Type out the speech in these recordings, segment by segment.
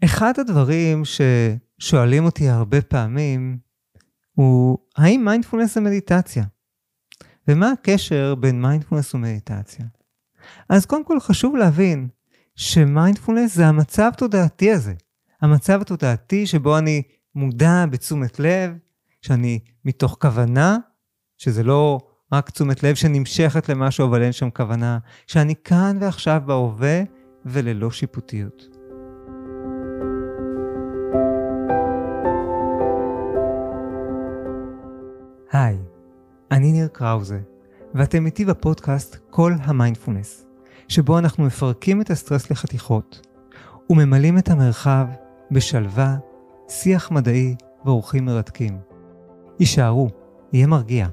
אחד הדברים ששואלים אותי הרבה פעמים הוא, האם מיינדפולנס זה מדיטציה? ומה הקשר בין מיינדפולנס ומדיטציה? אז קודם כל חשוב להבין שמיינדפולנס זה המצב תודעתי הזה. המצב התודעתי שבו אני מודע בתשומת לב, שאני מתוך כוונה, שזה לא רק תשומת לב שנמשכת למשהו אבל אין שם כוונה, שאני כאן ועכשיו בהווה וללא שיפוטיות. היי, אני ניר קראוזה, ואתם איתי בפודקאסט כל המיינדפולנס, שבו אנחנו מפרקים את הסטרס לחתיכות, וממלאים את המרחב בשלווה, שיח מדעי ואורחים מרתקים. יישארו, יהיה מרגיע.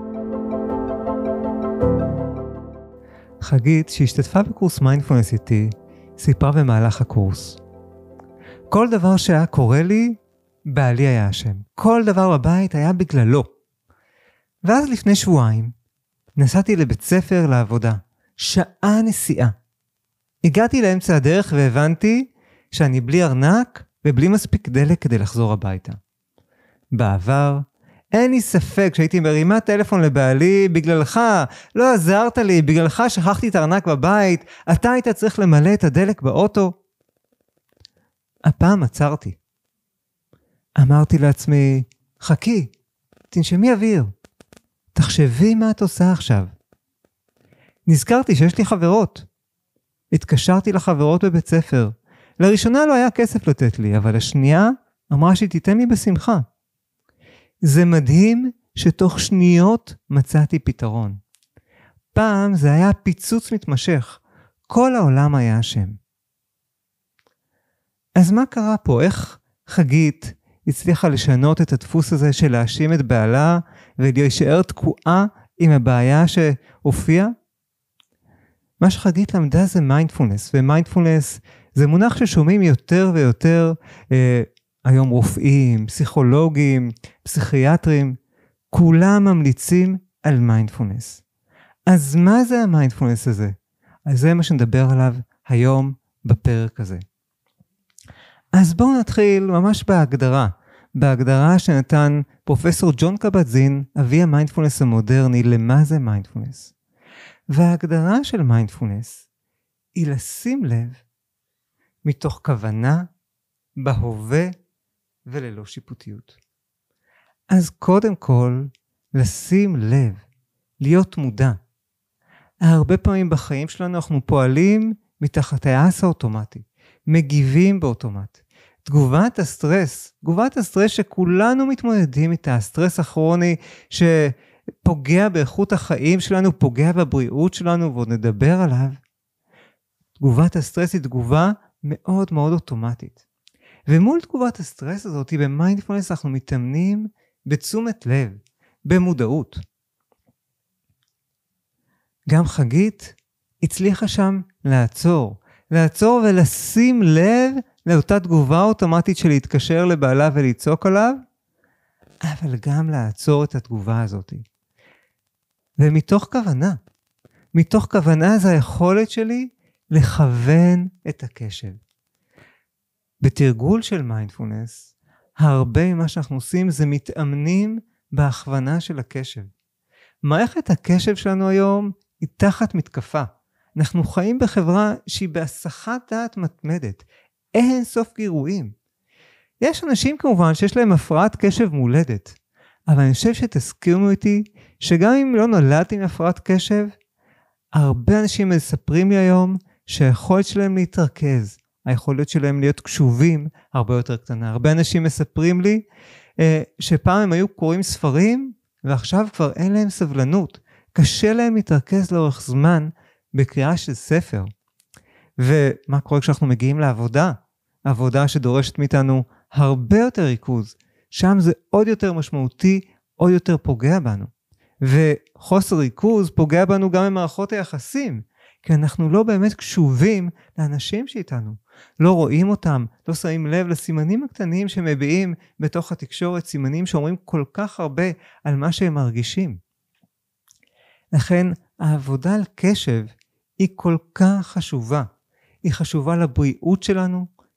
חגית, שהשתתפה בקורס מיינדפולנס איתי, סיפרה במהלך הקורס. כל דבר שהיה קורה לי, בעלי היה אשם. כל דבר בבית היה בגללו. ואז לפני שבועיים, נסעתי לבית ספר לעבודה. שעה נסיעה. הגעתי לאמצע הדרך והבנתי שאני בלי ארנק ובלי מספיק דלק כדי לחזור הביתה. בעבר, אין לי ספק שהייתי מרימה טלפון לבעלי, בגללך, לא עזרת לי, בגללך שכחתי את הארנק בבית, אתה היית צריך למלא את הדלק באוטו. הפעם עצרתי. אמרתי לעצמי, חכי, תנשמי אוויר. תחשבי מה את עושה עכשיו. נזכרתי שיש לי חברות. התקשרתי לחברות בבית ספר. לראשונה לא היה כסף לתת לי, אבל השנייה אמרה שהיא תיתן לי בשמחה. זה מדהים שתוך שניות מצאתי פתרון. פעם זה היה פיצוץ מתמשך. כל העולם היה אשם. אז מה קרה פה? איך חגית הצליחה לשנות את הדפוס הזה של להאשים את בעלה ולהישאר תקועה עם הבעיה שהופיעה? מה שחגית למדה זה מיינדפולנס, ומיינדפולנס זה מונח ששומעים יותר ויותר היום רופאים, פסיכולוגים, פסיכיאטרים, כולם ממליצים על מיינדפולנס. אז מה זה המיינדפולנס הזה? אז זה מה שנדבר עליו היום בפרק הזה. אז בואו נתחיל ממש בהגדרה שנתן פרופסור ג'ון קבט-זין, אבי המיינדפולנס המודרני, למה זה מיינדפולנס. וההגדרה של מיינדפולנס היא לשים לב מתוך כוונה, בהווה וללא שיפוטיות. אז קודם כל, לשים לב, להיות מודע. הרבה פעמים בחיים שלנו אנחנו פועלים מתחת היעס האוטומטי, מגיבים באוטומט. תגובת הסטרס שכולנו מתמודדים איתה, הסטרס הכרוני שפוגע באיכות החיים שלנו, פוגע בבריאות שלנו, ועוד נדבר עליו. תגובת הסטרס היא תגובה מאוד מאוד אוטומטית. ומול תגובת הסטרס הזאת, במיינדפולנס אנחנו מתאמנים בתשומת לב, במודעות. גם חגית הצליחה שם לעצור ולשים לב לאותה תגובה אוטומטית של להתקשר לבעלה ולצעוק עליו, אבל גם לעצור את התגובה הזאת. ומתוך כוונה זה היכולת שלי לכוון את הקשב. בתרגול של מיינדפולנס, הרבה ממה שאנחנו עושים זה מתאמנים בהכוונה של הקשב. מערכת הקשב שלנו היום היא תחת מתקפה. אנחנו חיים בחברה שהיא בהסחת דעת מתמדת. אין סוף גירויים. יש אנשים כמובן שיש להם הפרעת קשב מולדת, אבל אני חושב שתסכימו איתי שגם אם לא נולדתי עם הפרעת קשב, הרבה אנשים מספרים לי היום שהיכולת שלהם להתרכז, היכולת שלהם להיות קשובים הרבה יותר קטנה. הרבה אנשים מספרים לי שפעם הם היו קוראים ספרים ועכשיו כבר אין להם סבלנות. קשה להם להתרכז לאורך זמן בקריאה של ספר. ומה קורה כשאנחנו מגיעים לעבודה? עבודה שדורשת מאיתנו הרבה יותר ריכוז. שם זה עוד יותר משמעותי, עוד יותר פוגע בנו. וחוסר ריכוז פוגע בנו גם במערכות היחסים. כי אנחנו לא באמת קשובים לאנשים שאיתנו. לא רואים אותם, לא שמים לב לסימנים הקטנים שמביעים בתוך התקשורת, סימנים שאומרים כל כך הרבה על מה שהם מרגישים. לכן העבודה על קשב היא כל כך חשובה. היא חשובה לבריאות שלנו,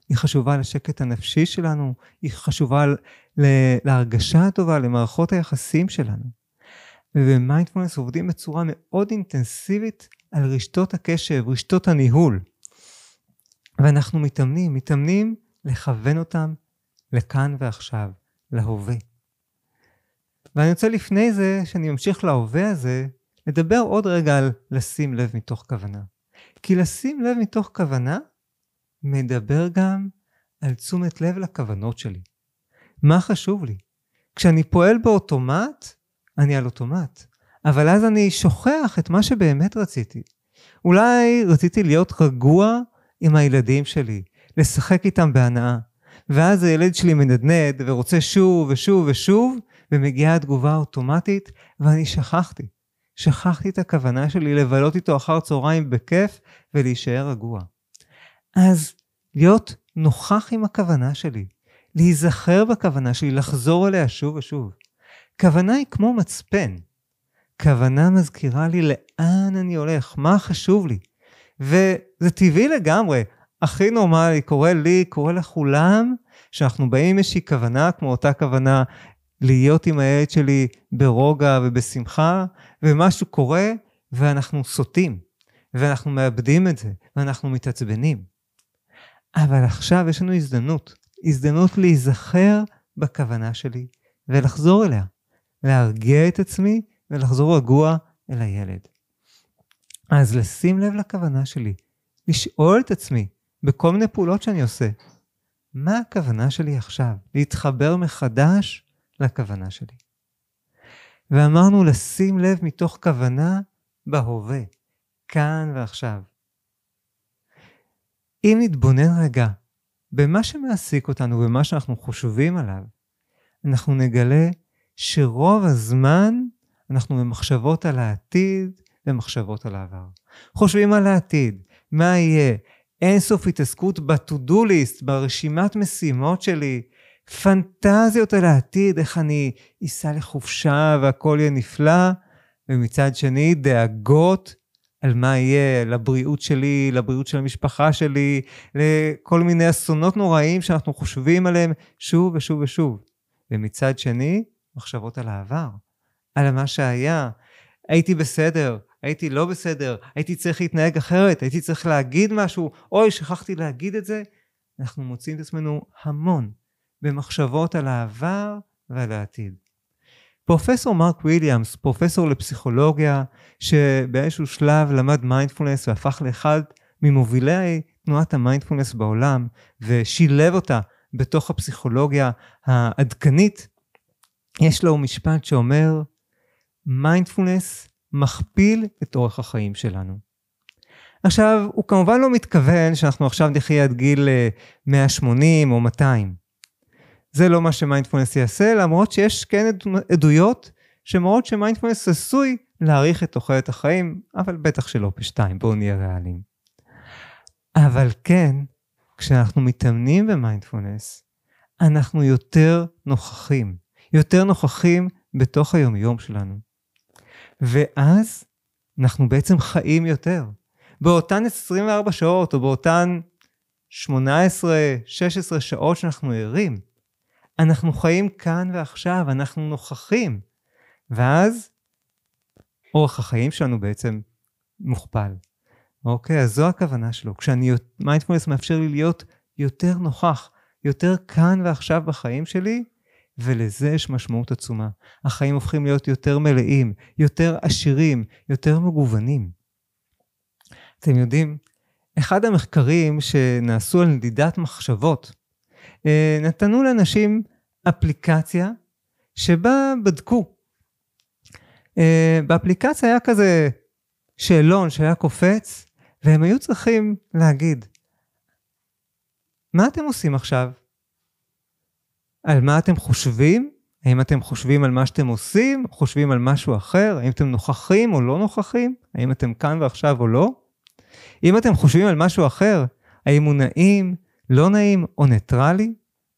היא חשובה לשקט הנפשי שלנו, היא חשובה להרגשה הטובה, למערכות היחסים שלנו. ובמיינדפולנס עובדים בצורה מאוד אינטנסיבית על רשתות הקשב, רשתות הניהול. ואנחנו מתאמנים לכוון אותם לכאן ועכשיו, להווה. ואני רוצה לפני זה, שאני ממשיך להווה הזה, לדבר עוד רגע על לשים לב מתוך כוונה. כי לשים לב מתוך כוונה, מדבר גם על תשומת לב לכוונות שלי. מה חשוב לי? כשאני פועל באוטומט, אני על אוטומט. אבל אז אני שוכח את מה שבאמת רציתי. אולי רציתי להיות רגוע עם הילדים שלי, לשחק איתם בהנאה. ואז הילד שלי מנדנד ורוצה שוב ושוב ושוב, ומגיעה התגובה האוטומטית, ואני שכחתי את הכוונה שלי לבלות איתו אחר צהריים בכיף, ולהישאר רגוע. אז להיות נוכח עם הכוונה שלי, להיזכר בכוונה שלי, לחזור אליה שוב ושוב. כוונה היא כמו מצפן. כוונה מזכירה לי לאן אני הולך, מה חשוב לי. וזה טבעי לגמרי, הכי נורמלי, קורה לכולם, שאנחנו באים עם איזושהי כוונה, כמו אותה כוונה, להיות עם הילד שלי ברוגע ובשמחה, ומשהו קורה, ואנחנו סוטים, ואנחנו מאבדים את זה, ואנחנו מתעצבנים. אבל עכשיו יש לנו הזדמנות להיזכר בכוונה שלי, ולחזור אליה, להרגיע את עצמי, ולחזור רגוע אל הילד. אז לשים לב לכוונה שלי, לשאול את עצמי, בכל מיני פעולות שאני עושה, מה הכוונה שלי עכשיו? להתחבר מחדש לכוונה שלי. ואמרנו לשים לב מתוך כוונה בהווה, כאן ועכשיו. אם נתבונן רגע במה שמעסיק אותנו, במה שאנחנו חושבים עליו, אנחנו נגלה שרוב הזמן אנחנו במחשבות על העתיד ומחשבות על העבר. חושבים על העתיד, מה יהיה? אינסוף התעסקות ב-to-do list, ברשימת משימות שלי, פנטזיות על העתיד, איך אני אסע לחופשה והכל יהיה נפלא, ומצד שני דאגות על מה יהיה, לבריאות שלי, לבריאות של המשפחה שלי, לכל מיני אסונות נוראים שאנחנו חושבים עליהם שוב ושוב ושוב. ומצד שני, מחשבות על העבר, על מה שהיה, הייתי בסדר, הייתי לא בסדר, הייתי צריך להתנהג אחרת, הייתי צריך להגיד משהו, אוי, שכחתי להגיד את זה. אנחנו מוצאים את עצמנו המון במחשבות על העבר ועל העתיד. פרופסור מרק וויליאמס, פרופסור לפסיכולוגיה, שבאיזשהו שלב למד מיינדפולנס והפך לאחד ממובילי תנועת המיינדפולנס בעולם, ושילב אותה בתוך הפסיכולוגיה העדכנית, יש לו משפט שאומר, מיינדפולנס מכפיל את אורח החיים שלנו. עכשיו, הוא כמובן לא מתכוון שאנחנו עכשיו נחיה עד גיל 180 או 200. זה לא מה שמיינדפולנס יעשה, למרות שיש כן עדויות שמראות שמיינדפולנס עשוי להאריך את תוחלת החיים, אבל בטח שלא פי-2, בואו נהיה ריאליים. אבל כן, כשאנחנו מתאמנים במיינדפולנס, אנחנו יותר נוכחים בתוך היום שלנו. ואז אנחנו בעצם חיים יותר. באותן 24 שעות או באותן 18-16 שעות שאנחנו ערים, אנחנו חיים כאן ועכשיו, אנחנו נוכחים. ואז אורח החיים שלנו בעצם מוכפל. אוקיי, אז זו הכוונה שלו. מיינדפולנס מאפשר לי להיות יותר נוכח, יותר כאן ועכשיו בחיים שלי, ולזה יש משמעות עצומה. החיים הופכים להיות יותר מלאים, יותר עשירים, יותר מגוונים. אתם יודעים, אחד המחקרים שנעשו על נדידת מחשבות, נתנו לאנשים אפליקציה שבה בדקו. באפליקציה היה כזה שאלון שהיה קופץ, והם היו צריכים להגיד, מה אתם עושים עכשיו? על מה אתם חושבים? האם אתם חושבים על מה שאתם עושים? חושבים על משהו אחר? האם אתם נוכחים או לא נוכחים? האם אתם כאן ועכשיו או לא? אם אתם חושבים על משהו אחר, האם הוא נעים, לא נעים או ניטרלי?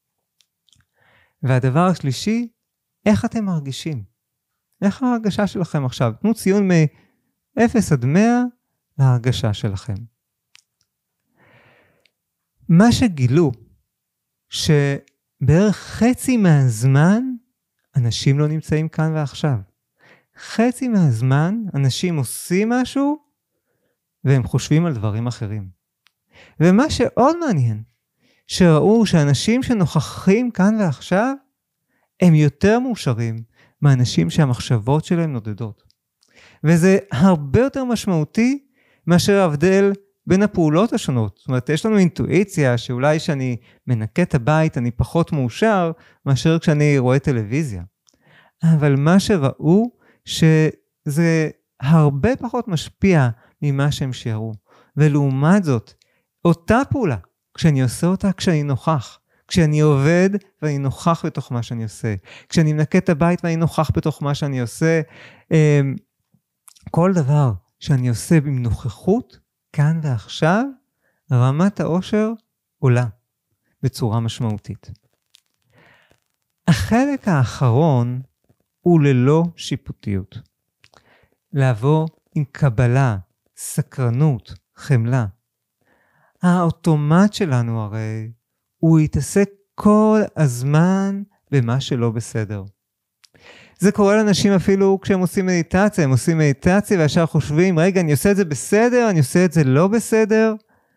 והדבר השלישי, איך אתם מרגישים? איך ההרגשה שלכם עכשיו? תנו ציון מ-0 עד 100 להרגשה שלכם. מה שגילו, שבערך חצי מהזמן, אנשים לא נמצאים כאן ועכשיו. חצי מהזמן, אנשים עושים משהו, והם חושבים על דברים אחרים. ומה שעוד מעניין, שראו שאנשים שנוכחים כאן ועכשיו, הם יותר מאושרים מאנשים שהמחשבות שלהם נודדות. וזה הרבה יותר משמעותי מאשר ההבדל בין הפעולות השונות. זאת אומרת, יש לנו אינטואיציה שאולי כשאני מנקה את הבית אני פחות מאושר מאשר כשאני רואה טלוויזיה. אבל מה שראו שזה הרבה פחות משפיע ממה שהם שיערו. ולעומת זאת, אותה פעולה, כשאני עושה אותה, כשאני נוכח, כשאני עובד ואני נוכח בתוך מה שאני עושה, כשאני מנקה את הבית ואני נוכח בתוך מה שאני עושה, כל דבר שאני עושה בנוכחות, כאן ועכשיו, רמת האושר עולה בצורה משמעותית. החלק האחרון הוא ללא שיפוטיות. לעבור עם קבלה, סקרנות, חמלה. האוטומט שלנו הרי הוא יתעסק כל הזמן במה שלא בסדר. זה קורה לאנשים אפילו כשהם עושים מדיטציה, הם עושים מדיטציה וישר חושבים, רגע, אני עושה את זה בסדר, אני עושה את זה לא בסדר.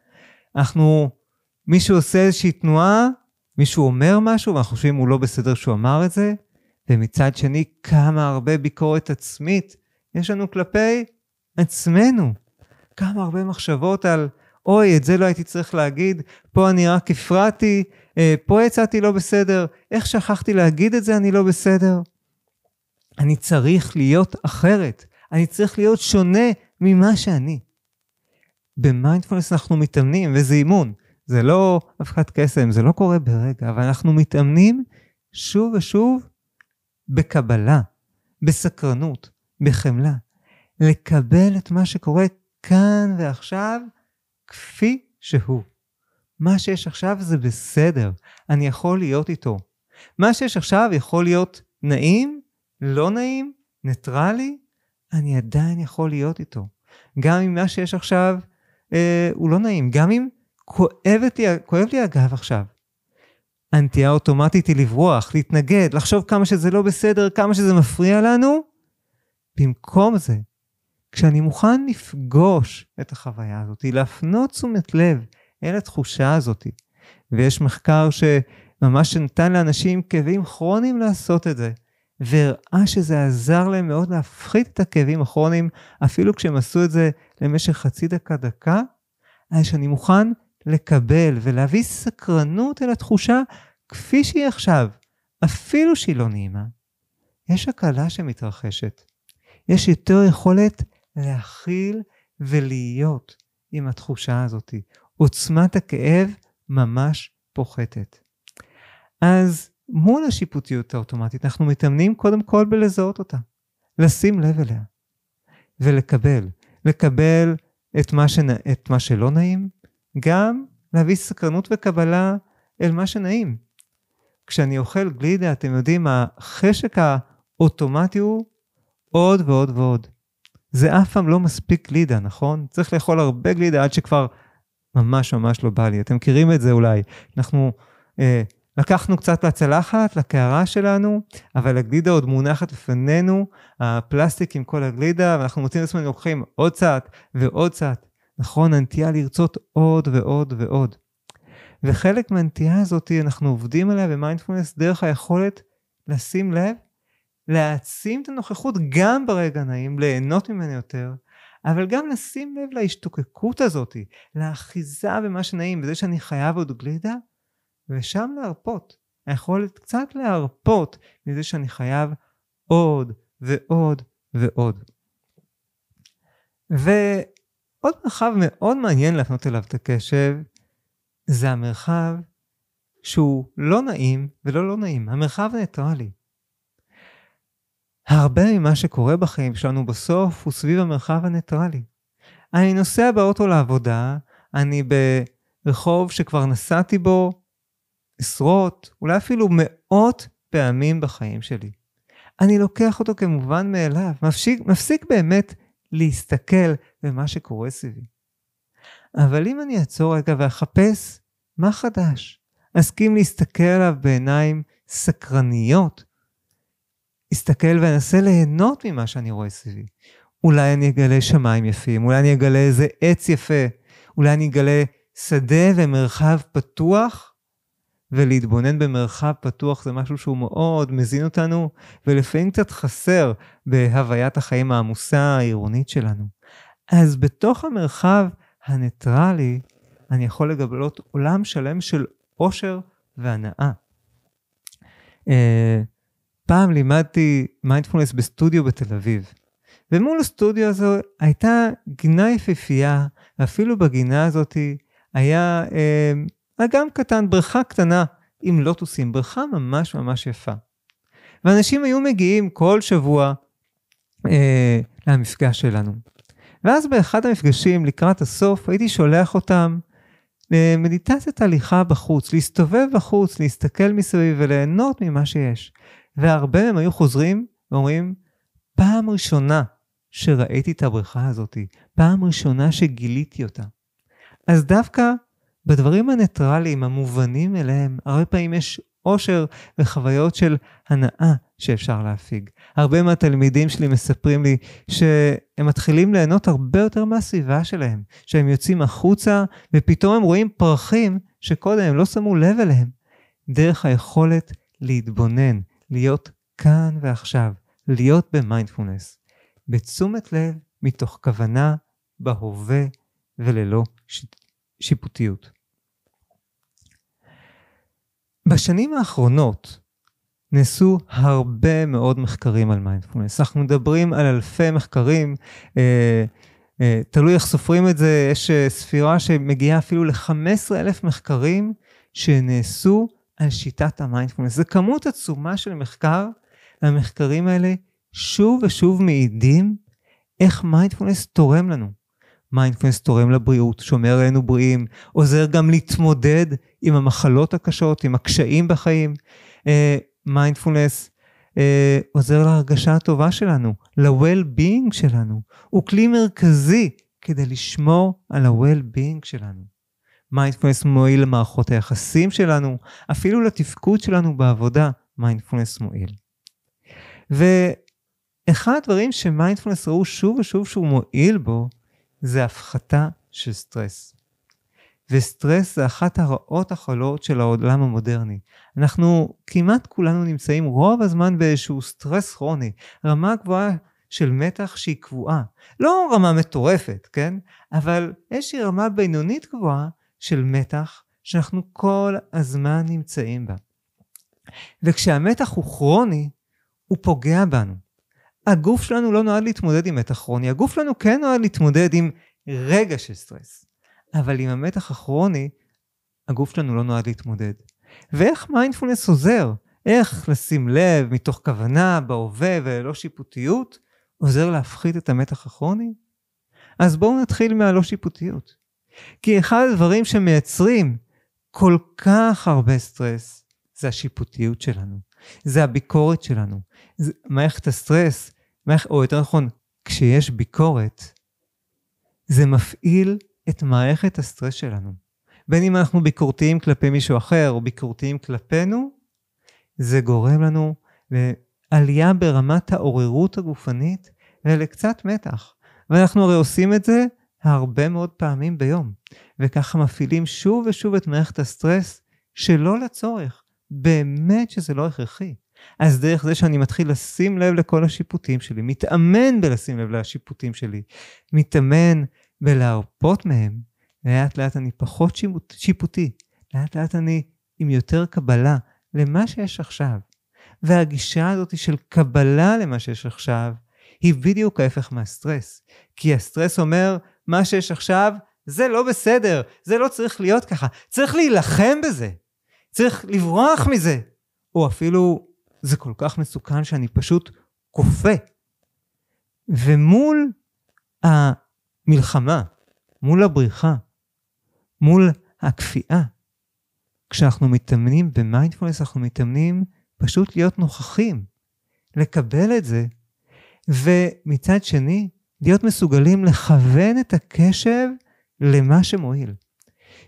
מישהו עושה איזושהי תנועה, מישהו אומר משהו, ואנחנו חושבים הוא לא בסדר שהוא אמר את זה, ומצד שני כמה הרבה ביקורת עצמית יש לנו כלפי עצמנו. כמה הרבה מחשבות על, אוי, את זה לא הייתי צריך להגיד, פה אני רק הפרעתי, פה יצאתי לא בסדר, איך שכחתי להגיד את זה, אני לא בסדר. אני צריך להיות אחרת, אני צריך להיות שונה ממה שאני. במיינדפולנס אנחנו מתאמנים, וזה אימון, זה לא הפחת קסם, זה לא קורה ברגע, אבל אנחנו מתאמנים שוב ושוב בקבלה, בסקרנות, בחמלה, לקבל את מה שקורה כאן ועכשיו, כפי שהוא. מה שיש עכשיו זה בסדר, אני יכול להיות איתו. מה שיש עכשיו יכול להיות נעים, לא נעים, ניטרלי, אני עדיין יכול להיות איתו. גם אם מה שיש עכשיו הוא לא נעים, גם אם כואב לי הגב עכשיו. הנטייה אוטומטית היא לברוח, להתנגד, לחשוב כמה שזה לא בסדר, כמה שזה מפריע לנו. במקום זה, כשאני מוכן לפגוש את החוויה הזאת, להפנות תשומת לב אל התחושה הזאת, ויש מחקר שממש נתן לאנשים כאבים כרוניים לעשות את זה, והראה שזה עזר להם מאוד להפחית את הכאבים הכרוניים, אפילו כשהם עשו את זה למשך חצי דקה, אז שאני מוכן לקבל ולהביא סקרנות אל התחושה כפי שהיא עכשיו, אפילו שהיא לא נעימה. יש הקלה שמתרחשת. יש יותר יכולת להכיל ולהיות עם התחושה הזאת. עוצמת הכאב ממש פוחתת. אז מול השיפוטיות האוטומטית, אנחנו מתאמנים קודם כל בלזהות אותה. לשים לב אליה. ולקבל. לקבל את מה שלא נעים. גם להביא סקרנות וקבלה אל מה שנעים. כשאני אוכל גלידה, אתם יודעים, החשק האוטומטי הוא עוד ועוד ועוד. זה אף פעם לא מספיק גלידה, נכון? צריך לאכול הרבה גלידה עד שכבר ממש ממש לא בא לי. אתם מכירים את זה אולי. אנחנו לקחנו קצת לצלחת, לקערה שלנו, אבל הגלידה עוד מונחת לפנינו, הפלסטיק עם כל הגלידה, ואנחנו מוצאים עצמנו לוקחים עוד קצת ועוד קצת. נכון, הנטייה לרצות עוד ועוד ועוד. וחלק מהנטייה הזאת אנחנו עובדים עליה במיינדפולנס דרך היכולת לשים לב, להעצים את הנוכחות גם ברגע נעים, ליהנות ממנו יותר, אבל גם לשים לב להשתוקקות הזאת, לאחיזה במה שנעים, בזה שאני חייב עוד גלידה, ושם להרפות. היכולת קצת להרפות מזה שאני חייב עוד ועוד ועוד. ועוד מרחב מאוד מעניין להפנות אליו את הקשב, זה המרחב שהוא לא נעים ולא לא נעים, המרחב ניטרלי. הרבה ממה שקורה בחיים שלנו בסוף הוא סביב המרחב הניטרלי. אני נוסע באוטו לעבודה, אני ברחוב שכבר נסעתי בו עשרות, אולי אפילו מאות פעמים בחיים שלי. אני לוקח אותו כמובן מאליו, מפסיק באמת להסתכל במה שקורה סביבי. אבל אם אני אעצור רגע ואחפש מה חדש? אסכים להסתכל עליו בעיניים סקרניות. אסתכל ואנסה ליהנות ממה שאני רואה סביבי. אולי אני אגלה שמיים יפים, אולי אני אגלה איזה עץ יפה, אולי אני אגלה שדה ומרחב פתוח, ולהתבונן במרחב פתוח זה משהו שהוא מאוד מזין אותנו, ולפעמים קצת חסר בהוויית החיים העמוסה העירונית שלנו. אז בתוך המרחב הניטרלי, אני יכול לגלות עולם שלם של עושר והנאה. פעם לימדתי מיינדפולנס בסטודיו בתל אביב, ומול הסטודיו הזו הייתה גינה יפיפייה, ואפילו בגינה הזאת היה אגם קטן, בריכה קטנה עם לוטוסים, בריכה ממש ממש יפה. ואנשים היו מגיעים כל שבוע למפגש שלנו. ואז באחד המפגשים לקראת הסוף הייתי שולח אותם למדיטציית הליכה בחוץ, להסתובב בחוץ, להסתכל מסביב וליהנות ממה שיש. והרבה מהם היו חוזרים ואומרים, פעם ראשונה שראיתי את הבריכה הזאת, פעם ראשונה שגיליתי אותה. אז דווקא בדברים הניטרליים, המובנים אליהם, הרבה פעמים יש עושר וחוויות של הנאה שאפשר להפיג. הרבה מהתלמידים שלי מספרים לי שהם מתחילים ליהנות הרבה יותר מהסביבה שלהם, שהם יוצאים החוצה ופתאום הם רואים פרחים שקודם הם לא שמו לב אליהם. דרך היכולת להתבונן, להיות כאן ועכשיו, להיות במיינדפולנס, בתשומת לב מתוך כוונה בהווה וללא שיפוטיות. בשנים האחרונות נעשו הרבה מאוד מחקרים על מיינדפולנס. אנחנו מדברים על אלפי מחקרים, תלוי איך סופרים את זה, יש ספירה שמגיעה אפילו ל-15,000 מחקרים שנעשו על שיטת המיינדפולנס. זה כמות עצומה של מחקר, והמחקרים האלה שוב ושוב מעידים איך מיינדפולנס תורם לנו. מיינדפולנס תורם לבריאות, שומר עלינו בריאים, עוזר גם להתמודד עם המחלות הקשות, עם הקשיים בחיים. מיינדפולנס עוזר להרגשה הטובה שלנו, ל-well-being שלנו. הוא כלי מרכזי כדי לשמור על ה-well-being שלנו. מיינדפולנס מועיל למערכות היחסים שלנו, אפילו לתפקוד שלנו בעבודה, מיינדפולנס מועיל. ואחד הדברים שמיינדפולנס ראו שוב ושוב שהוא מועיל בו, זה הפחתה של סטרס. וסטרס זה אחת הרעות החולות של העולם המודרני. אנחנו כמעט כולנו נמצאים רוב הזמן באיזשהו סטרס כרוני, רמה גבוהה של מתח שהיא קבועה. לא רמה מטורפת, כן? אבל איזושהי רמה בינונית גבוהה של מתח שאנחנו כל הזמן נמצאים בה. וכשהמתח הוא כרוני, הוא פוגע בנו. הגוף שלנו לא נועד להתמודד עם מתח כרוני, הגוף שלנו כן נועד להתמודד עם רגע של סטרס. אבל עם המתח הכרוני, הגוף שלנו לא נועד להתמודד. ואיך מיינדפולנס עוזר? איך לשים לב מתוך כוונה, בהווה וללא שיפוטיות, עוזר להפחית את המתח הכרוני? אז בואו נתחיל מהלא שיפוטיות. כי אחד הדברים שמייצרים כל כך הרבה סטרס, זה השיפוטיות שלנו. זה הביקורת שלנו. זה מערכת הסטרס, או יותר נכון, כשיש ביקורת, זה מפעיל את מערכת הסטרס שלנו. בין אם אנחנו ביקורתיים כלפי מישהו אחר, או ביקורתיים כלפינו, זה גורם לנו לעלייה ברמת העוררות הגופנית, ולקצת מתח. ואנחנו הרי עושים את זה הרבה מאוד פעמים ביום. וככה מפעילים שוב ושוב את מערכת הסטרס, שלא לצורך. באמת שזה לא הכרחי. אז דרך זה שאני מתחיל לשים לב לכל השיפוטים שלי, מתאמן בלשים לב לשיפוטים שלי, מתאמן בלהרפות מהם, לאט לאט אני פחות שיפוטי, לאט לאט אני עם יותר קבלה למה שיש עכשיו. והגישה הזאת של קבלה למה שיש עכשיו, היא בדיוק ההפך מהסטרס. כי הסטרס אומר, מה שיש עכשיו, זה לא בסדר, זה לא צריך להיות ככה, צריך להילחם בזה, צריך לברוח מזה, או אפילו זה כל כך מסוכן שאני פשוט כופה. ומול המלחמה, מול הבריחה, מול הכפייה, כשאנחנו מתאמנים במיינדפולנס, אנחנו מתאמנים פשוט להיות נוכחים, לקבל את זה, ומצד שני, להיות מסוגלים לכוון את הקשב למה שמועיל.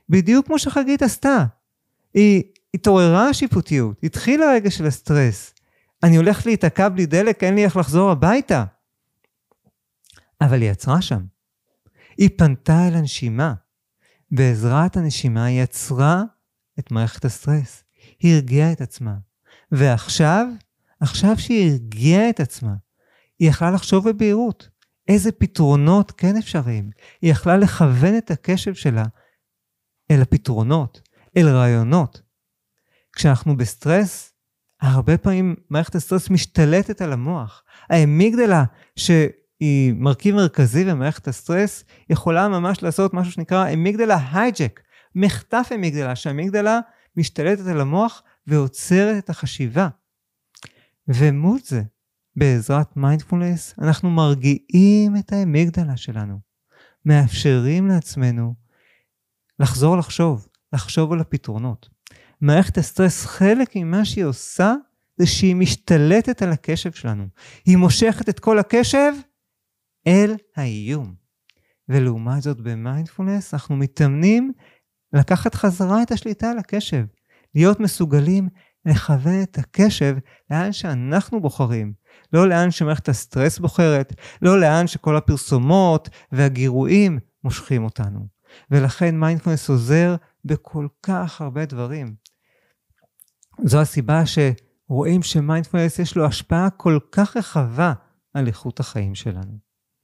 בדיוק כמו שחגית עשתה. היא התעוררה שיפוטיות, התחיל הרגע של הסטרס. אני הולך להיתקע בלי דלק, אין לי איך לחזור הביתה. אבל היא עצרה שם. היא פנתה אל הנשימה. בעזרת הנשימה היא יצרה את מערכת הסטרס. היא הרגיעה את עצמה. ועכשיו שהיא הרגיעה את עצמה, היא יכלה לחשוב בבהירות. איזה פתרונות כן אפשריים. היא יכלה לכוון את הקשב שלה אל הפתרונות, אל רעיונות. כשאנחנו בסטרס, הרבה פעמים מערכת הסטרס משתלטת על המוח. האמיגדלה שהיא מרכיב מרכזי במערכת הסטרס, יכולה ממש לעשות משהו שנקרא אמיגדלה הייג'ק, מחטף אמיגדלה, שהאמיגדלה משתלטת על המוח ועוצרת את החשיבה. ומול זה, בעזרת מיינדפולנס, אנחנו מרגיעים את האמיגדלה שלנו, מאפשרים לעצמנו לחזור לחשוב על הפתרונות. מערכת הסטרס, חלק ממה שהיא עושה, זה שהיא משתלטת על הקשב שלנו. היא מושכת את כל הקשב אל האיום. ולעומת זאת במיינדפולנס, אנחנו מתאמנים לקחת חזרה את השליטה על הקשב. להיות מסוגלים לכוון את הקשב לאן שאנחנו בוחרים. לא לאן שמערכת הסטרס בוחרת, לא לאן שכל הפרסומות והגירויים מושכים אותנו. ולכן מיינדפולנס עוזר בכל כך הרבה דברים. זו הסיבה שרואים שמיינדפולנס יש לו השפעה כל כך רחבה על איכות החיים שלנו.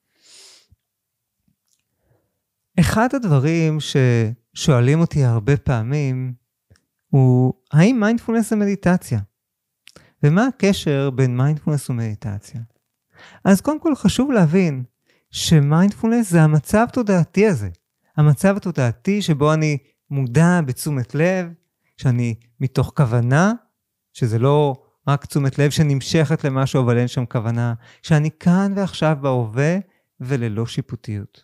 אחד הדברים ששואלים אותי הרבה פעמים הוא, האם מיינדפולנס זה מדיטציה? ומה הקשר בין מיינדפולנס ומדיטציה? אז קודם כל חשוב להבין שמיינדפולנס זה המצב תודעתי הזה. המצב התודעתי שבו אני מודע בתשומת לב, שאני מתוך כוונה, שזה לא רק תשומת לב שנמשכת למשהו אבל אין שם כוונה, שאני כאן ועכשיו בהווה וללא שיפוטיות.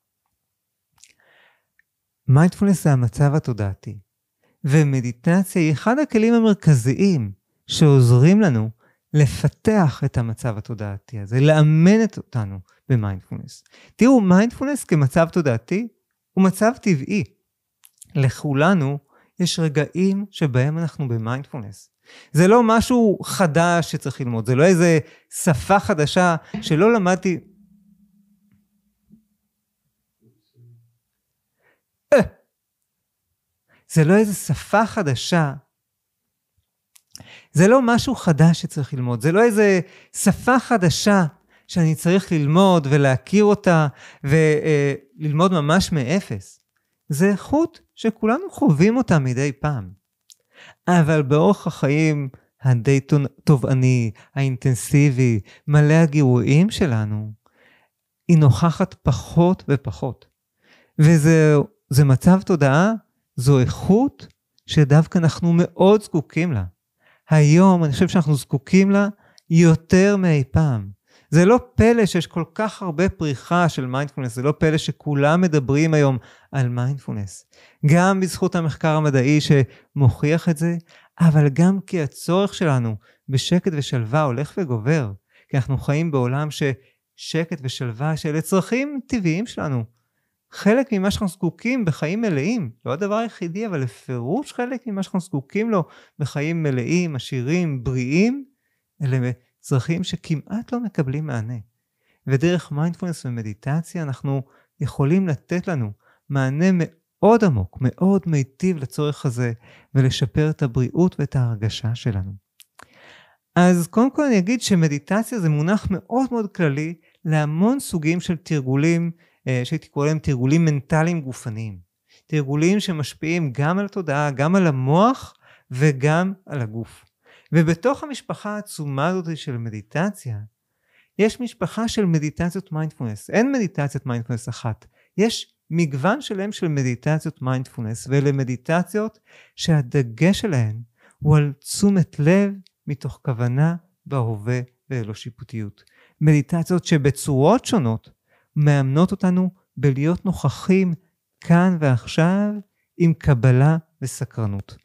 מיינדפולנס זה המצב התודעתי. ומדיטציה היא אחד הכלים המרכזיים שעוזרים לנו לפתח את המצב התודעתי הזה, לאמן אותנו במיינדפולנס. תראו, מיינדפולנס כמצב תודעתי הוא מצב טבעי. לכולנו יש רגעים שבהם אנחנו במיינדפולנס. זה לא משהו חדש שצריך ללמוד, זה לא איזה שפה חדשה שלא למדתי. זה לא איזה שפה חדשה, זה לא משהו חדש שצריך ללמוד, זה לא איזה שפה חדשה שאני צריך ללמוד ולהכיר אותה וללמוד ממש מאפס. זה איכות שכולנו חווים אותה מדי פעם. אבל באורח החיים הדי תובעני, האינטנסיבי, מלא הגירויים שלנו, היא נוכחת פחות ופחות. וזה מצב תודעה, זו איכות שדווקא אנחנו מאוד זקוקים לה. היום אני חושב שאנחנו זקוקים לה יותר מאי פעם. זה לא פלא שיש כל כך הרבה פריחה של מיינדפולנס, זה לא פלא שכולם מדברים היום על מיינדפולנס. גם בזכות המחקר המדעי שמוכיח את זה, אבל גם כי הצורך שלנו בשקט ושלווה הולך וגובר. כי אנחנו חיים בעולם ששקט ושלווה שאלה צרכים טבעיים שלנו. חלק ממה שאנחנו זקוקים בחיים מלאים, לא הדבר היחידי, אבל לפירוש חלק ממה שאנחנו זקוקים לו בחיים מלאים, עשירים, בריאים, אלה צרכים שכמעט לא מקבלים מענה. ודרך מיינדפולנס ומדיטציה אנחנו יכולים לתת לנו מענה מאוד עמוק, מאוד מיטיב לצורך הזה, ולשפר את הבריאות ואת ההרגשה שלנו. אז קודם כל אני אגיד שמדיטציה זה מונח מאוד מאוד כללי להמון סוגים של תרגולים, שהייתי קורא להם תרגולים מנטליים גופניים. תרגולים שמשפיעים גם על התודעה, גם על המוח וגם על הגוף. ובתוך המשפחה העצומה הזאת של מדיטציה, יש משפחה של מדיטציות מיינדפולנס. אין מדיטציית מיינדפולנס אחת. יש מגוון שלם של מדיטציות מיינדפולנס, ואלה מדיטציות שהדגש שלהן הוא על תשומת לב מתוך כוונה בהווה וללא שיפוטיות. מדיטציות שבצורות שונות מאמנות אותנו בלהיות נוכחים כאן ועכשיו עם קבלה וסקרנות.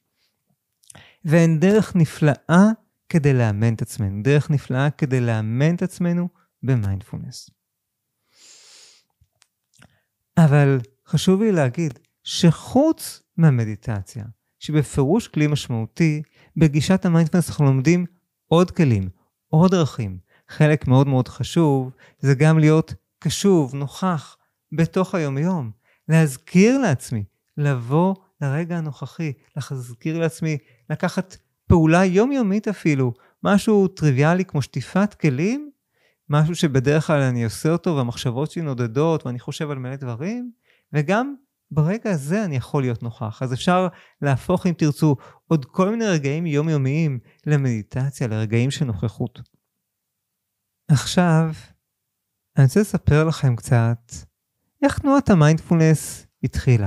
ואין דרך נפלאה כדי לאמן את עצמנו, דרך נפלאה כדי לאמן את עצמנו במיינדפולנס. אבל חשוב לי להגיד שחוץ מהמדיטציה, שבפירוש כלי משמעותי, בגישת המיינדפולנס אנחנו לומדים עוד כלים, עוד דרכים. חלק מאוד מאוד חשוב, זה גם להיות קשוב, נוכח, בתוך היום-יום. להזכיר לעצמי, לבוא לרגע הנוכחי, להזכיר לעצמי, לקחת פעולה יומיומית אפילו, משהו טריוויאלי כמו שטיפת כלים, משהו שבדרך כלל אני עושה אותו והמחשבות שלי נודדות ואני חושב על מלא דברים, וגם ברגע הזה אני יכול להיות נוכח. אז אפשר להפוך, אם תרצו, עוד כל מיני רגעים יומיומיים למדיטציה, לרגעים של נוכחות. עכשיו, אני רוצה לספר לכם קצת איך תנועת המיינדפולנס התחילה.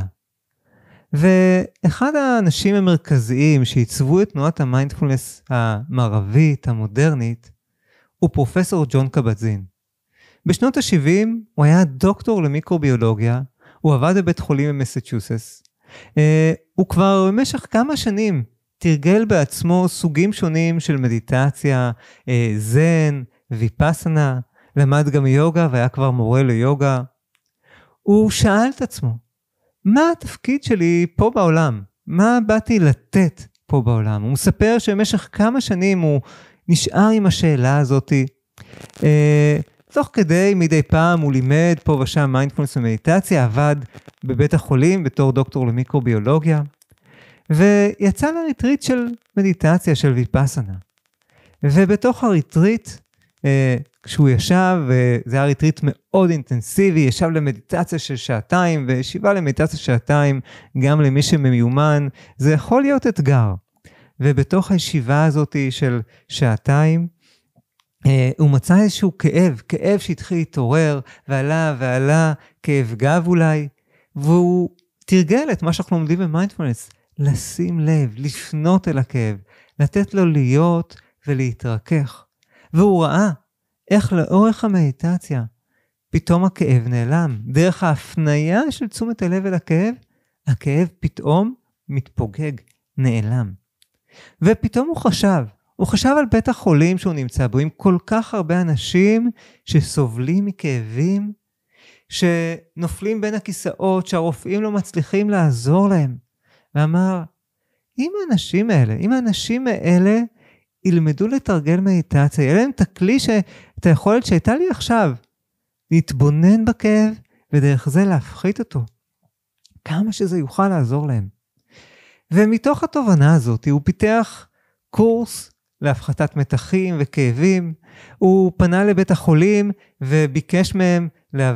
ואחד האנשים המרכזיים שעיצבו את תנועת המיינדפולנס המערבית, המודרנית, הוא פרופסור ג'ון קבט-זין. בשנות ה-70 הוא היה דוקטור למיקרוביולוגיה, הוא עבד בבית חולים במסצ'וסטס. הוא כבר במשך כמה שנים תרגל בעצמו סוגים שונים של מדיטציה, זן, ויפאסנה, למד גם יוגה והיה כבר מורה ליוגה. הוא שאל את עצמו, מה התפקיד שלי פה בעולם? מה באתי לתת פה בעולם? הוא מספר שבמשך כמה שנים הוא נשאר עם השאלה הזאת. תוך כדי מדי פעם הוא לימד פה ושם מיינדפולנס ומדיטציה, עבד בבית החולים בתור דוקטור למיקרוביולוגיה, ויצא לריטריט של מדיטציה של ויפאסנה. ובתוך הריטריט, כשהוא ישב, וזה היה ריטריט מאוד אינטנסיבי, ישב למדיטציה של שעתיים, וישיבה למדיטציה שעתיים, גם למי שמיומן, זה יכול להיות אתגר. ובתוך הישיבה הזאת של שעתיים, הוא מצא איזשהו כאב שהתחיל להתעורר, ועלה, כאב גב אולי, והוא תרגל את מה שאנחנו לומדים במיינדפולנס, לשים לב, לפנות אל הכאב, לתת לו להיות ולהתרכך. והוא ראה איך לאורך המדיטציה, פתאום הכאב נעלם. דרך ההפניה של תשומת הלב אל הכאב, הכאב פתאום מתפוגג, נעלם. ופתאום הוא חשב על בית החולים שהוא נמצא בו, עם כל כך הרבה אנשים שסובלים מכאבים, שנופלים בין הכיסאות, שהרופאים לא מצליחים לעזור להם. ואמר, אם האנשים האלה ילמדו לתרגל מדיטציה, יהיה להם את הכלי, את היכולת שהייתה לי עכשיו, להתבונן בכאב, ודרך זה להפחית אותו. כמה שזה יוכל לעזור להם. ומתוך התובנה הזאת, הוא פיתח קורס להפחתת מתחים וכאבים. הוא פנה לבית החולים וביקש מהם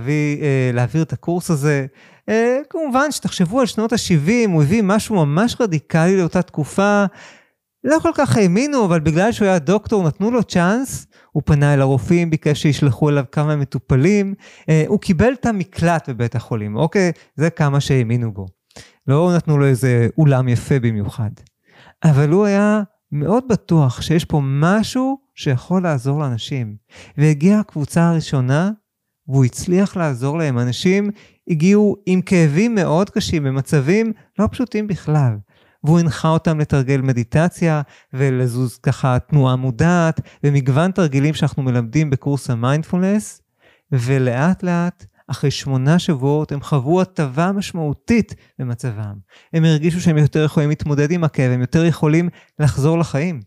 להעביר את הקורס הזה. כמובן שתחשבו על שנות ה-70, הוא הביא משהו ממש רדיקלי לאותה תקופה. לא כל כך האמינו, אבל בגלל שהוא היה דוקטור, נתנו לו צ'אנס. הוא פנה אל הרופאים, ביקש שישלחו אליו כמה מטופלים. הוא קיבל את המקלט בבית החולים. אוקיי, זה כמה שהאמינו בו. לא נתנו לו איזה אולם יפה במיוחד. אבל הוא היה מאוד בטוח שיש פה משהו שיכול לעזור לאנשים. והגיעה הקבוצה הראשונה, והוא הצליח לעזור להם. אנשים הגיעו עם כאבים מאוד קשים, במצבים לא פשוטים בכלל. והוא הנחה אותם לתרגל מדיטציה, ולזוז ככה תנועה מודעת, ומגוון תרגילים שאנחנו מלמדים בקורס המיינדפולנס, ולאט לאט, אחרי 8 שבועות, הם חוו הטבה משמעותית במצבם. הם הרגישו שהם יותר יכולים להתמודד עם הכאב, הם יותר יכולים לחזור לחיים.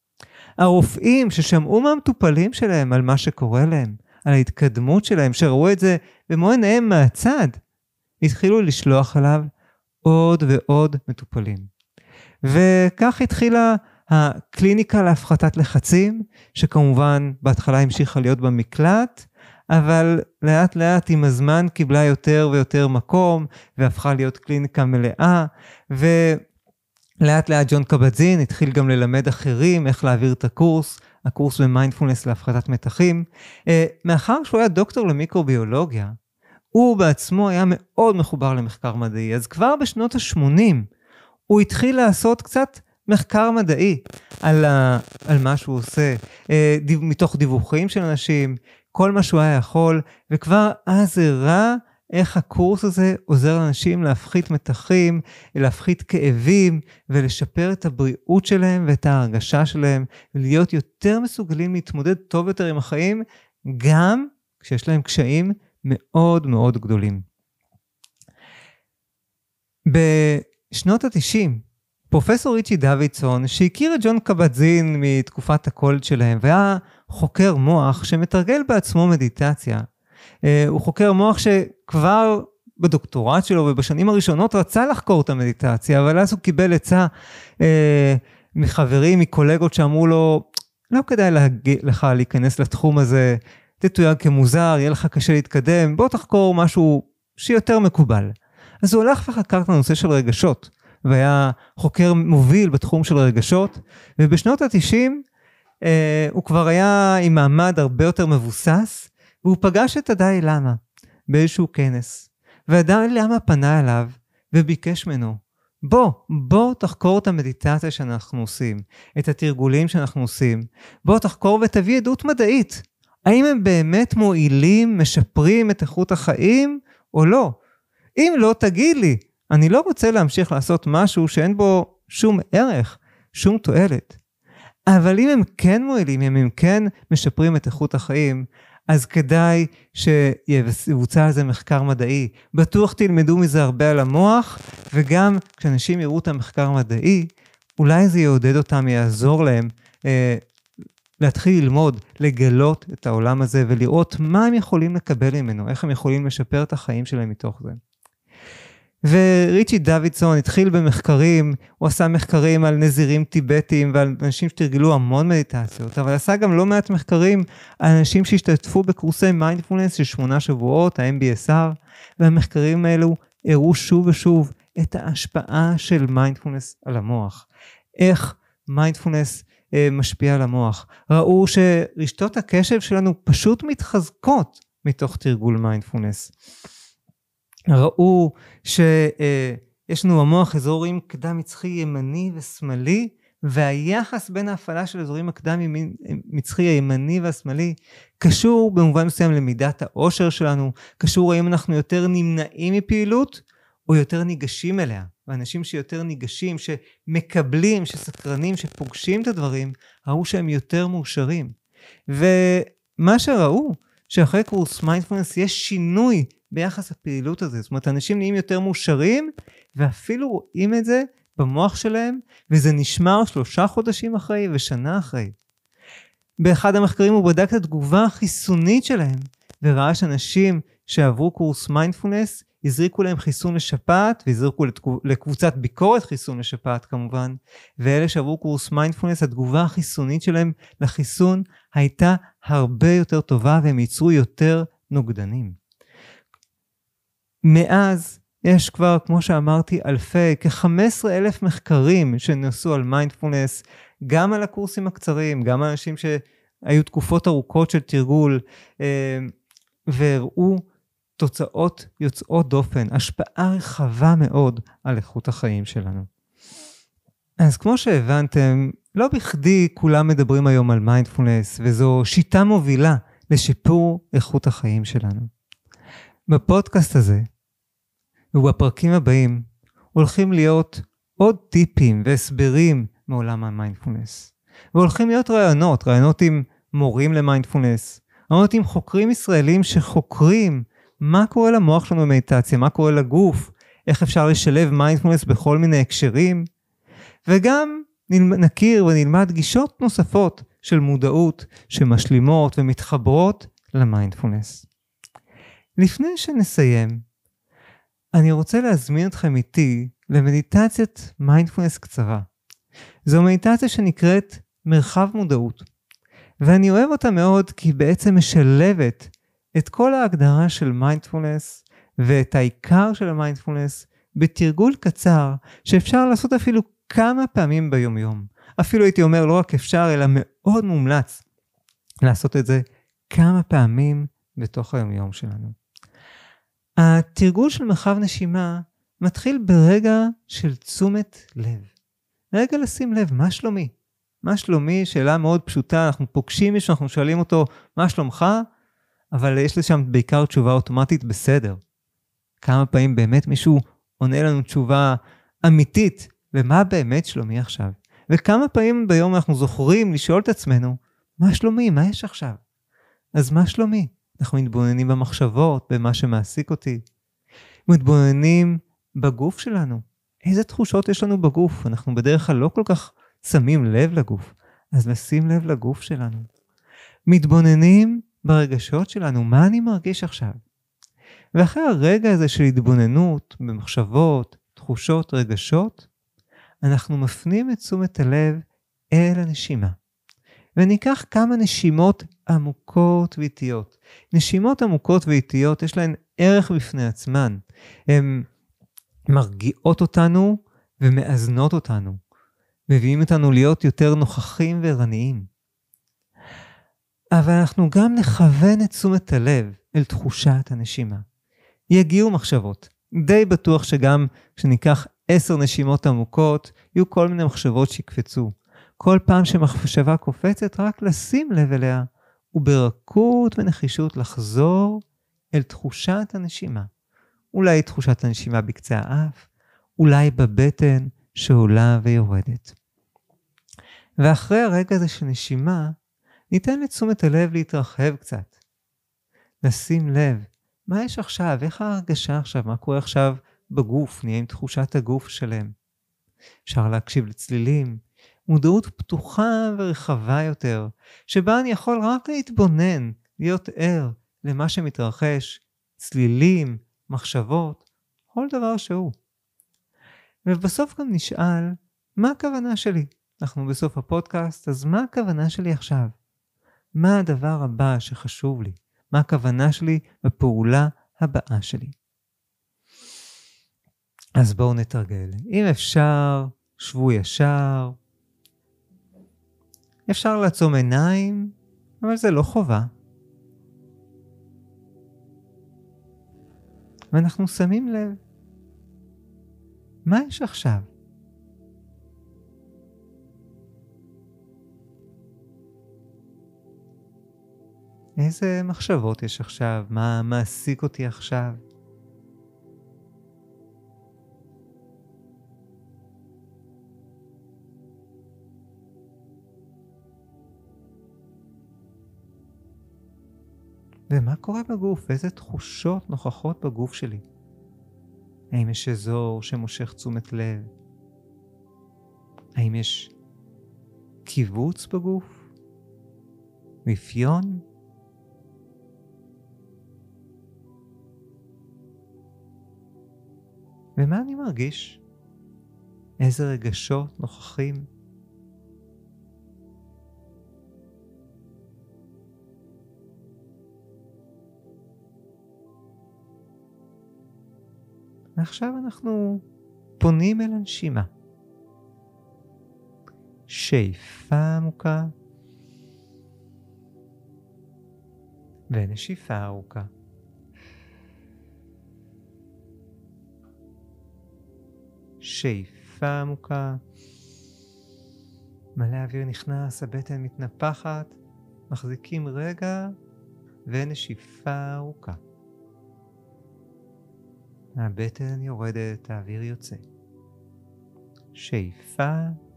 הרופאים ששמעו מהמטופלים שלהם על מה שקורה להם, על ההתקדמות שלהם, שראו את זה במו עיניהם מהצד, התחילו לשלוח עליו עוד ועוד מטופלים. וכך התחילה הקליניקה להפחתת לחצים, שכמובן בהתחלה המשיכה להיות במקלט, אבל לאט לאט עם הזמן קיבלה יותר ויותר מקום, והפכה להיות קליניקה מלאה, ולאט לאט ג'ון קבט-זין התחיל גם ללמד אחרים איך להעביר את הקורס במיינדפולנס להפחתת מתחים. מאחר שהוא היה דוקטור למיקרוביולוגיה, הוא בעצמו היה מאוד מחובר למחקר מדעי, אז כבר בשנות ה-80 הוא התחיל לעשות קצת מחקר מדעי על מה שהוא עושה, מתוך דיווחים של אנשים, כל מה שהוא היה יכול, וכבר אז הראה איך הקורס הזה עוזר לאנשים להפחית מתחים, להפחית כאבים, ולשפר את הבריאות שלהם ואת ההרגשה שלהם, ולהיות יותר מסוגלים להתמודד טוב יותר עם החיים, גם כשיש להם קשיים מאוד מאוד גדולים. בשנות ה-90, פרופסור ריצ'י דוידסון, שהכיר את ג'ון קבט-זין מתקופת הקולד שלהם, והיה חוקר מוח שמתרגל בעצמו מדיטציה. הוא חוקר מוח שכבר בדוקטורט שלו ובשנים הראשונות רצה לחקור את המדיטציה, אבל אז הוא קיבל עצה מחברים, מקולגות שאמרו לו, לא כדאי לך להיכנס לתחום הזה, תתויג כמוזר, יהיה לך קשה להתקדם, בוא תחקור משהו שיותר מקובל. אז הוא הלך וחקר את הנושא של רגשות, והיה חוקר מוביל בתחום של רגשות, ובשנות ה-90 הוא כבר היה עם מעמד הרבה יותר מבוסס, והוא פגש את הדאי למה באיזשהו כנס, והדאי למה פנה אליו וביקש ממנו, בוא תחקור את המדיטציה שאנחנו עושים, את התרגולים שאנחנו עושים, בוא תחקור ותביא עדות מדעית, האם הם באמת מועילים, משפרים את איכות החיים או לא? אם לא, תגיד לי, אני לא רוצה להמשיך לעשות משהו שאין בו שום ערך, שום תועלת. אבל אם הם כן מועילים, אם הם כן משפרים את איכות החיים, אז כדאי שיבוצע על זה מחקר מדעי. בטוח תלמדו מזה הרבה על המוח, וגם כשאנשים יראו את המחקר המדעי, אולי זה יעודד אותם, יעזור להם להתחיל ללמוד, לגלות את העולם הזה, ולראות מה הם יכולים לקבל ממנו, איך הם יכולים לשפר את החיים שלהם מתוך זה. וריצ'י דוידסון התחיל במחקרים, הוא עשה מחקרים על נזירים טיבטיים ועל אנשים שתרגלו המון מדיטציות, אבל עשה גם לא מעט מחקרים על אנשים שהשתתפו בקורסי מיינדפולנס של 8 שבועות, ה-MBSR, והמחקרים האלו הראו שוב ושוב את ההשפעה של מיינדפולנס על המוח. איך מיינדפולנס משפיע על המוח. ראו שרשתות הקשב שלנו פשוט מתחזקות מתוך תרגול מיינדפולנס. ראו שיש לנו המוח אזורים קדם מצחי ימני ושמאלי, והיחס בין ההפעלה של אזורים הקדם מצחי הימני והשמאלי קשור במובן מסוים למידת העושר שלנו, קשור האם אנחנו יותר נמנעים מפעילות או יותר ניגשים אליה. ואנשים שיותר ניגשים, שמקבלים, שסקרנים, שפוגשים את הדברים, ראו שהם יותר מאושרים. ומה שראו, שאחרי קורס מיינדפולנס יש שינוי ביחס הפעילות הזה. זאת אומרת, אנשים נהיים יותר מאושרים, ואפילו רואים את זה במוח שלהם, וזה נשמר 3 חודשים אחרי ושנה אחרי. באחד המחקרים הוא בדק את התגובה החיסונית שלהם, וראה שאנשים שעברו קורס מיינדפולנס, הזריקו להם חיסון לשפעת, והזריקו לקבוצת ביקורת חיסון לשפעת כמובן, ואלה שעברו קורס מיינדפולנס, התגובה החיסונית שלהם לחיסון הייתה הרבה יותר טובה, והם ייצרו יותר נוגדנים. מאז יש כבר, כמו שאמרתי, כ-15,000 מחקרים שנעשו על מיינדפולנס, גם על הקורסים הקצרים, גם על אנשים שהיו תקופות ארוכות של תרגול, והראו תוצאות יוצאות דופן, השפעה רחבה מאוד על איכות החיים שלנו. אז כמו שהבנתם, לא בכדי כולם מדברים היום על מיינדפולנס, וזו שיטה מובילה לשיפור איכות החיים שלנו. בפודקאסט הזה, ובפרקים הבאים, הולכים להיות עוד טיפים והסברים מעולם המיינדפולנס. והולכים להיות רעיונות עם מורים למיינדפולנס, רעיונות עם חוקרים ישראלים שחוקרים מה קורה למוח שלנו במדיטציה, מה קורה לגוף, איך אפשר לשלב מיינדפולנס בכל מיני הקשרים, וגם נכיר ונלמד גישות נוספות של מודעות שמשלימות ומתחברות למיינדפולנס. לפני שנסיים, אני רוצה להזמין אתכם איתי למדיטציית מיינדפולנס קצרה. זו מדיטציה שנקראת מרחב מודעות, ואני אוהב אותה מאוד כי היא בעצם משלבת את כל ההגדרה של מיינדפולנס ואת העיקר של המיינדפולנס בתרגול קצר שאפשר לעשות אפילו כמה פעמים ביום-יום. אפילו הייתי אומר לא רק אפשר אלא מאוד מומלץ לעשות את זה כמה פעמים בתוך היום-יום שלנו. התרגול של מרחב נשימה מתחיל ברגע של תשומת לב. רגע לשים לב, מה שלומי? מה שלומי? שאלה מאוד פשוטה, אנחנו פוגשים מישהו, אנחנו שואלים אותו, מה שלומך? אבל יש לשם בעיקר תשובה אוטומטית בסדר. כמה פעמים באמת מישהו עונה לנו תשובה אמיתית, ומה באמת שלומי עכשיו? וכמה פעמים ביום אנחנו זוכרים לשאול את עצמנו, מה שלומי? מה יש עכשיו? אז מה שלומי? אנחנו מתבוננים במחשבות, במה שמעסיק אותי. מתבוננים בגוף שלנו. איזה תחושות יש לנו בגוף? אנחנו בדרך כלל לא כל כך שמים לב לגוף. אז נשים לב לגוף שלנו. מתבוננים ברגשות שלנו, מה אני מרגיש עכשיו? ואחרי הרגע הזה של התבוננות, במחשבות, תחושות, רגשות, אנחנו מפנים את תשומת הלב אל הנשימה. וניקח כמה נשימות עמוקות ואיטיות. נשימות עמוקות ואיטיות יש להן ערך בפני עצמן. הן מרגיעות אותנו ומאזנות אותנו. מביאים אותנו להיות יותר נוכחים וערניים. אבל אנחנו גם נכוון את תשומת הלב אל תחושת הנשימה. יגיעו מחשבות. די בטוח שגם כשניקח 10 נשימות עמוקות, יהיו כל מיני מחשבות שיקפצו. כל פעם שמחשבה קופצת, רק לשים לב אליה, וברכות ונחישות לחזור אל תחושת הנשימה. אולי תחושת הנשימה בקצה האף, אולי בבטן שעולה ויורדת. ואחרי הרגע הזה של נשימה, ניתן לתשומת הלב להתרחב קצת. לשים לב, מה יש עכשיו? איך ההרגשה עכשיו? מה קורה עכשיו בגוף? נהיה עם תחושת הגוף שלם. אפשר להקשיב לצלילים. מודעות פתוחה ורחבה יותר, שבה אני יכול רק להתבונן, להיות ער למה שמתרחש, צלילים, מחשבות, כל דבר שהוא. ובסוף גם נשאל, מה הכוונה שלי? אנחנו בסוף הפודקאסט, אז מה הכוונה שלי עכשיו? מה הדבר הבא שחשוב לי? מה הכוונה שלי בפעולה הבאה שלי? אז בואו נתרגל. אם אפשר, שבו ישר. אפשר לעצום עיניים, אבל זה לא חובה. ואנחנו שמים לב. מה יש עכשיו? איזה מחשבות יש עכשיו? מה מעסיק אותי עכשיו? ומה קורה בגוף? איזה תחושות נוכחות בגוף שלי? האם יש אזור שמושך תשומת לב? האם יש קיבוץ בגוף? רפיון? ומה אני מרגיש? איזה רגשות נוכחים? ועכשיו אנחנו פונים אל הנשימה. שאיפה עמוקה ונשיפה ארוכה. שאיפה עמוקה, מלא אוויר נכנס, הבטן מתנפחת, מחזיקים רגע ונשיפה ארוכה. הבטן יורדת, האוויר יוצא. שאיפה.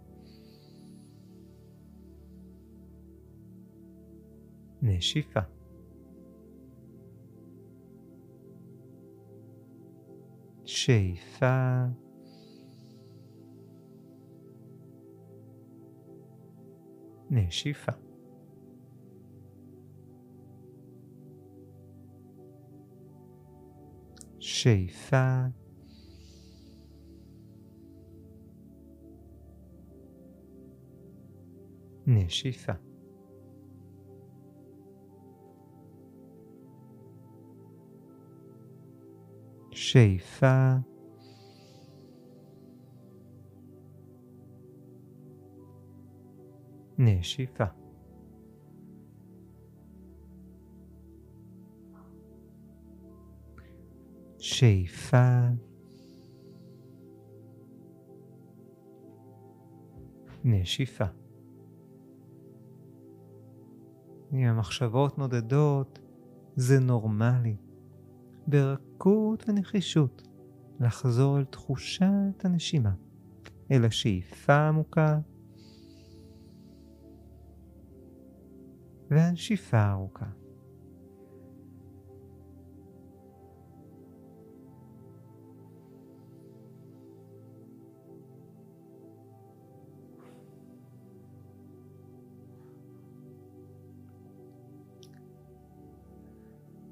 נשיפה. שאיפה. נשיפה. שאיפה. נשיפה. שאיפה. נשיפה. שאיפה. נשיפה. אם המחשבות נודדות, זה נורמלי. ברכות ונחישות לחזור אל תחושת הנשימה, אל השאיפה עמוקה והנשיפה ארוכה.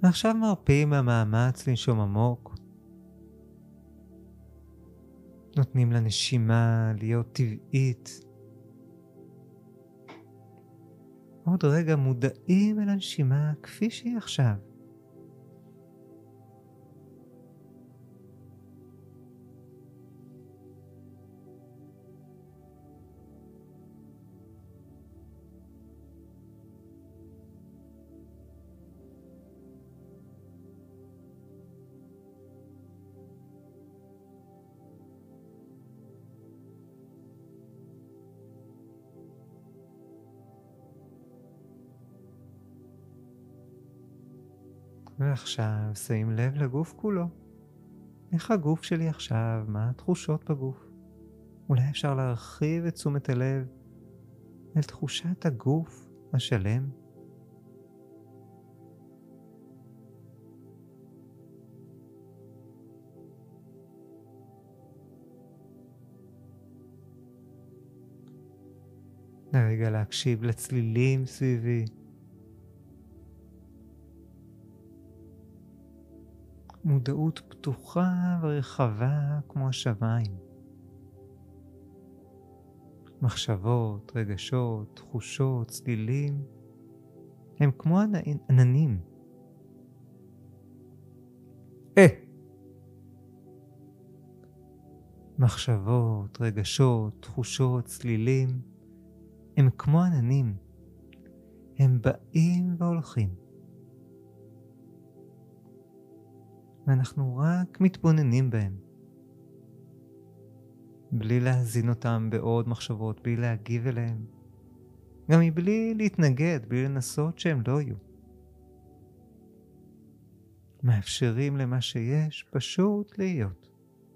ועכשיו מרפאים מהמאמץ לנשום עמוק. נותנים לנשימה להיות טבעית. עוד רגע מודעים אל הנשימה כפי שהיא עכשיו. ועכשיו שים לב לגוף כולו. איך הגוף שלי עכשיו? מה התחושות בגוף? אולי אפשר להרחיב את תשומת הלב אל תחושת הגוף השלם. לרגע להקשיב לצלילים סביבי. מודעות פתוחה ורחבה כמו השמיים. מחשבות, רגשות, תחושות, צלילים, הם כמו עננים. מחשבות, רגשות, תחושות, צלילים, הם כמו עננים. הם באים והולכים. ואנחנו רק מתבוננים בהם. בלי להזין אותם בעוד מחשבות, בלי להגיב אליהם. גם מבלי להתנגד, בלי לנסות שהם לא יהיו. מאפשרים למה שיש פשוט להיות.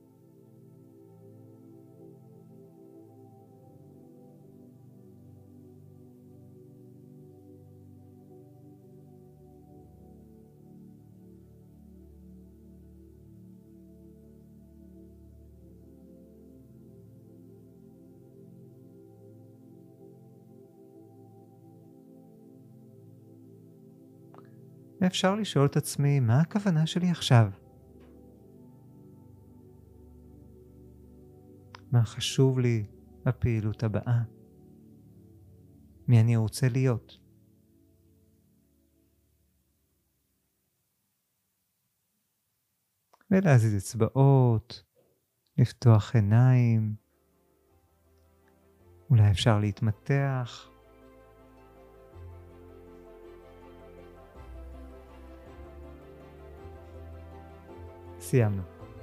ואפשר לשאול את עצמי, מה הכוונה שלי עכשיו? מה חשוב לי בפעילות הבאה? מי אני רוצה להיות? ולהזיז אצבעות, לפתוח עיניים, אולי אפשר להתמתח. סיימנו.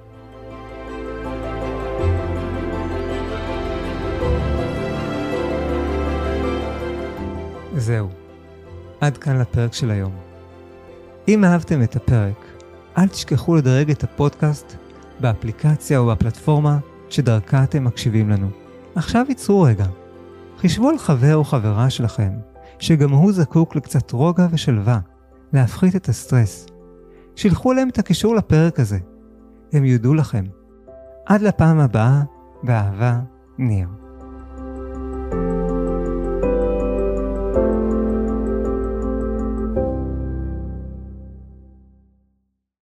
זהו. עד כאן לפרק של היום. אם אהבתם את הפרק, אל תשכחו לדרג את הפודקאסט באפליקציה או בפלטפורמה שדרכה אתם מקשיבים לנו. עכשיו ייצרו רגע. חישבו על חבר או חברה שלכם, שגם הוא זקוק לקצת רוגע ושלווה, להפחית את הסטרס. שילחו להם את הקישור לפרק הזה. הם יודו לכם. עד לפעם הבאה, באהבה, ניר.